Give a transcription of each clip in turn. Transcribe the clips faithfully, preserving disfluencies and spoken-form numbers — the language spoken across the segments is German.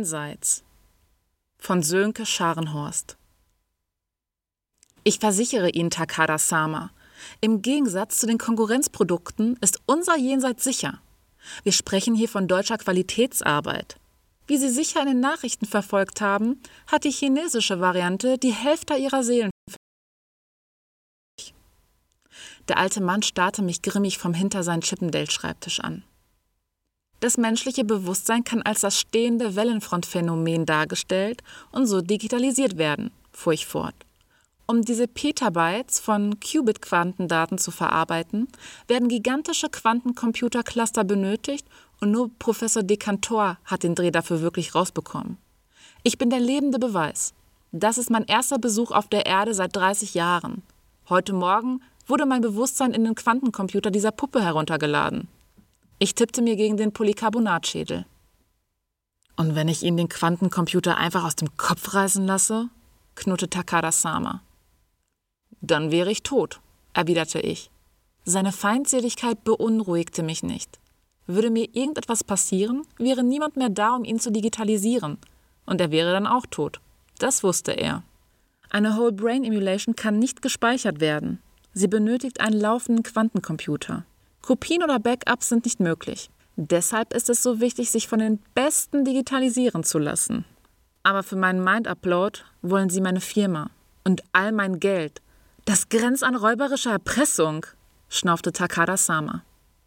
Jenseits von Sönke Scharenhorst. Ich versichere Ihnen, Takada-sama, im Gegensatz zu den Konkurrenzprodukten ist unser Jenseits sicher. Wir sprechen hier von deutscher Qualitätsarbeit. Wie Sie sicher in den Nachrichten verfolgt haben, hat die chinesische Variante die Hälfte ihrer Seelen. Der alte Mann starrte mich grimmig vom hinter seinen Chippendale-Schreibtisch an. Das menschliche Bewusstsein kann als das stehende Wellenfrontphänomen dargestellt und so digitalisiert werden, fuhr ich fort. Um diese Petabytes von Qubit-Quantendaten zu verarbeiten, werden gigantische Quantencomputercluster benötigt und nur Professor Decantor hat den Dreh dafür wirklich rausbekommen. Ich bin der lebende Beweis. Das ist mein erster Besuch auf der Erde seit dreißig Jahren. Heute Morgen wurde mein Bewusstsein in den Quantencomputer dieser Puppe heruntergeladen. Ich tippte mir gegen den Polycarbonatschädel. Und wenn ich Ihnen den Quantencomputer einfach aus dem Kopf reißen lasse? Knurrte Takada-sama. Dann wäre ich tot, erwiderte ich. Seine Feindseligkeit beunruhigte mich nicht. Würde mir irgendetwas passieren, wäre niemand mehr da, um ihn zu digitalisieren. Und er wäre dann auch tot. Das wusste er. Eine Whole Brain Emulation kann nicht gespeichert werden. Sie benötigt einen laufenden Quantencomputer. Kopien oder Backups sind nicht möglich. Deshalb ist es so wichtig, sich von den Besten digitalisieren zu lassen. Aber für meinen Mind-Upload wollen Sie meine Firma und all mein Geld. Das grenzt an räuberische Erpressung, schnaufte Takada-sama.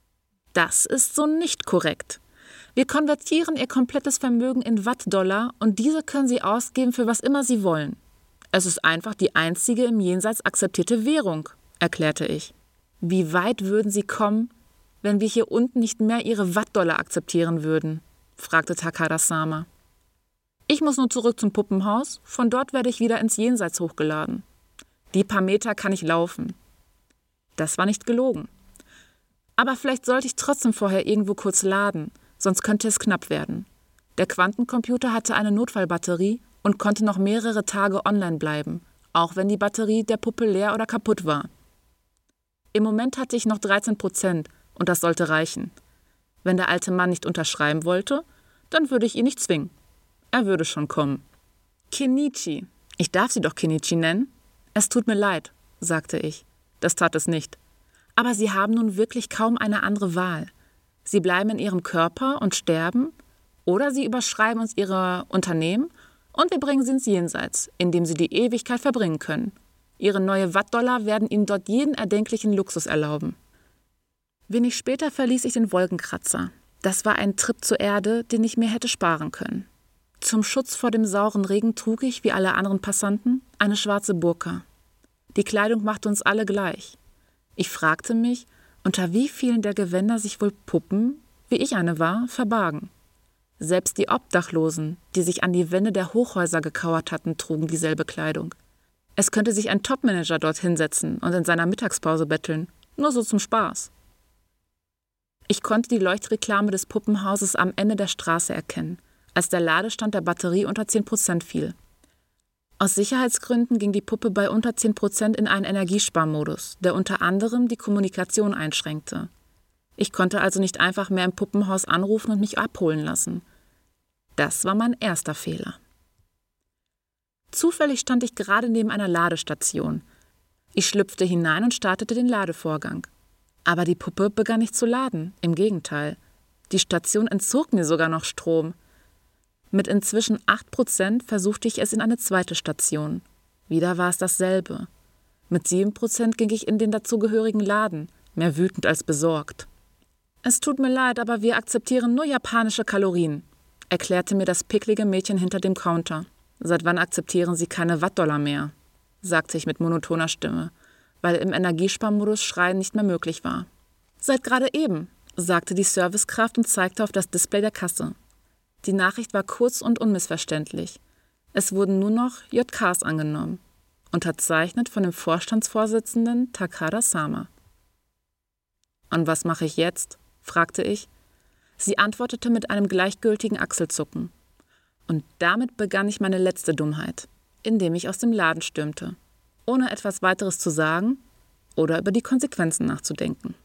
Das ist so nicht korrekt. Wir konvertieren Ihr komplettes Vermögen in Watt-Dollar und diese können Sie ausgeben, für was immer Sie wollen. Es ist einfach die einzige im Jenseits akzeptierte Währung, erklärte ich. Wie weit würden Sie kommen, wenn wir hier unten nicht mehr Ihre Watt-Dollar akzeptieren würden? Fragte Takada-sama. Ich muss nur zurück zum Puppenhaus, von dort werde ich wieder ins Jenseits hochgeladen. Die paar Meter kann ich laufen. Das war nicht gelogen. Aber vielleicht sollte ich trotzdem vorher irgendwo kurz laden, sonst könnte es knapp werden. Der Quantencomputer hatte eine Notfallbatterie und konnte noch mehrere Tage online bleiben, auch wenn die Batterie der Puppe leer oder kaputt war. Im Moment hatte ich noch dreizehn Prozent und das sollte reichen. Wenn der alte Mann nicht unterschreiben wollte, dann würde ich ihn nicht zwingen. Er würde schon kommen. Kenichi. Ich darf Sie doch Kenichi nennen? Es tut mir leid, sagte ich. Das tat es nicht. Aber Sie haben nun wirklich kaum eine andere Wahl. Sie bleiben in Ihrem Körper und sterben, oder Sie überschreiben uns Ihre Unternehmen und wir bringen Sie ins Jenseits, in dem Sie die Ewigkeit verbringen können. Ihre neue Watt-Dollar werden Ihnen dort jeden erdenklichen Luxus erlauben. Wenig später verließ ich den Wolkenkratzer. Das war ein Trip zur Erde, den ich mir hätte sparen können. Zum Schutz vor dem sauren Regen trug ich, wie alle anderen Passanten, eine schwarze Burka. Die Kleidung machte uns alle gleich. Ich fragte mich, unter wie vielen der Gewänder sich wohl Puppen, wie ich eine war, verbargen. Selbst die Obdachlosen, die sich an die Wände der Hochhäuser gekauert hatten, trugen dieselbe Kleidung. Es könnte sich ein Topmanager dort hinsetzen und in seiner Mittagspause betteln, nur so zum Spaß. Ich konnte die Leuchtreklame des Puppenhauses am Ende der Straße erkennen, als der Ladestand der Batterie unter zehn Prozent fiel. Aus Sicherheitsgründen ging die Puppe bei unter zehn Prozent in einen Energiesparmodus, der unter anderem die Kommunikation einschränkte. Ich konnte also nicht einfach mehr im Puppenhaus anrufen und mich abholen lassen. Das war mein erster Fehler. Zufällig stand ich gerade neben einer Ladestation. Ich schlüpfte hinein und startete den Ladevorgang. Aber die Puppe begann nicht zu laden, im Gegenteil. Die Station entzog mir sogar noch Strom. Mit inzwischen acht Prozent versuchte ich es in eine zweite Station. Wieder war es dasselbe. Mit sieben Prozent ging ich in den dazugehörigen Laden, mehr wütend als besorgt. »Es tut mir leid, aber wir akzeptieren nur japanische Kalorien«, erklärte mir das picklige Mädchen hinter dem Counter. »Seit wann akzeptieren Sie keine Watt-Dollar mehr?«, sagte ich mit monotoner Stimme, weil im Energiesparmodus Schreien nicht mehr möglich war. »Seit gerade eben«, sagte die Servicekraft und zeigte auf das Display der Kasse. Die Nachricht war kurz und unmissverständlich. Es wurden nur noch J Ks angenommen, unterzeichnet von dem Vorstandsvorsitzenden Takada-sama. »Und was mache ich jetzt?«, fragte ich. Sie antwortete mit einem gleichgültigen Achselzucken. Und damit begann ich meine letzte Dummheit, indem ich aus dem Laden stürmte, ohne etwas weiteres zu sagen oder über die Konsequenzen nachzudenken.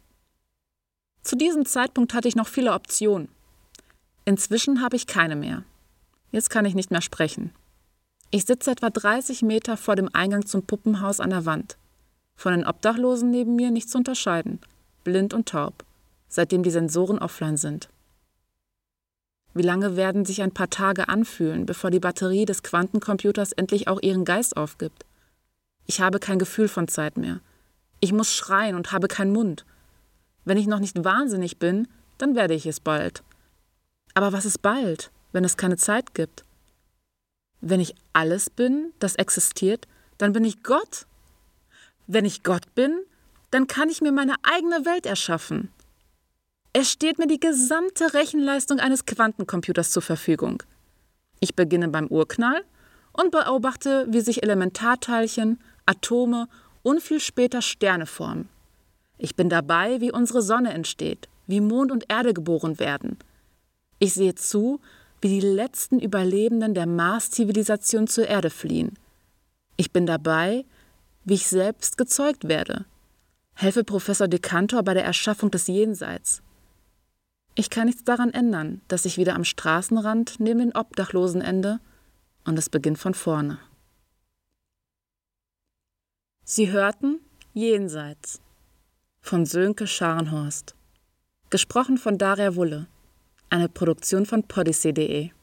Zu diesem Zeitpunkt hatte ich noch viele Optionen. Inzwischen habe ich keine mehr. Jetzt kann ich nicht mehr sprechen. Ich sitze etwa dreißig Meter vor dem Eingang zum Puppenhaus an der Wand. Von den Obdachlosen neben mir nicht zu unterscheiden. Blind und taub, seitdem die Sensoren offline sind. Wie lange werden sich ein paar Tage anfühlen, bevor die Batterie des Quantencomputers endlich auch ihren Geist aufgibt? Ich habe kein Gefühl von Zeit mehr. Ich muss schreien und habe keinen Mund. Wenn ich noch nicht wahnsinnig bin, dann werde ich es bald. Aber was ist bald, wenn es keine Zeit gibt? Wenn ich alles bin, das existiert, dann bin ich Gott. Wenn ich Gott bin, dann kann ich mir meine eigene Welt erschaffen. Es steht mir die gesamte Rechenleistung eines Quantencomputers zur Verfügung. Ich beginne beim Urknall und beobachte, wie sich Elementarteilchen, Atome und viel später Sterne formen. Ich bin dabei, wie unsere Sonne entsteht, wie Mond und Erde geboren werden. Ich sehe zu, wie die letzten Überlebenden der Mars-Zivilisation zur Erde fliehen. Ich bin dabei, wie ich selbst gezeugt werde. Helfe Professor Decantor bei der Erschaffung des Jenseits. Ich kann nichts daran ändern, dass ich wieder am Straßenrand neben den Obdachlosen ende und es beginnt von vorne. Sie hörten Jenseits von Sönke Scharnhorst. Gesprochen von Daria Wulle. Eine Produktion von podyssey punkt de.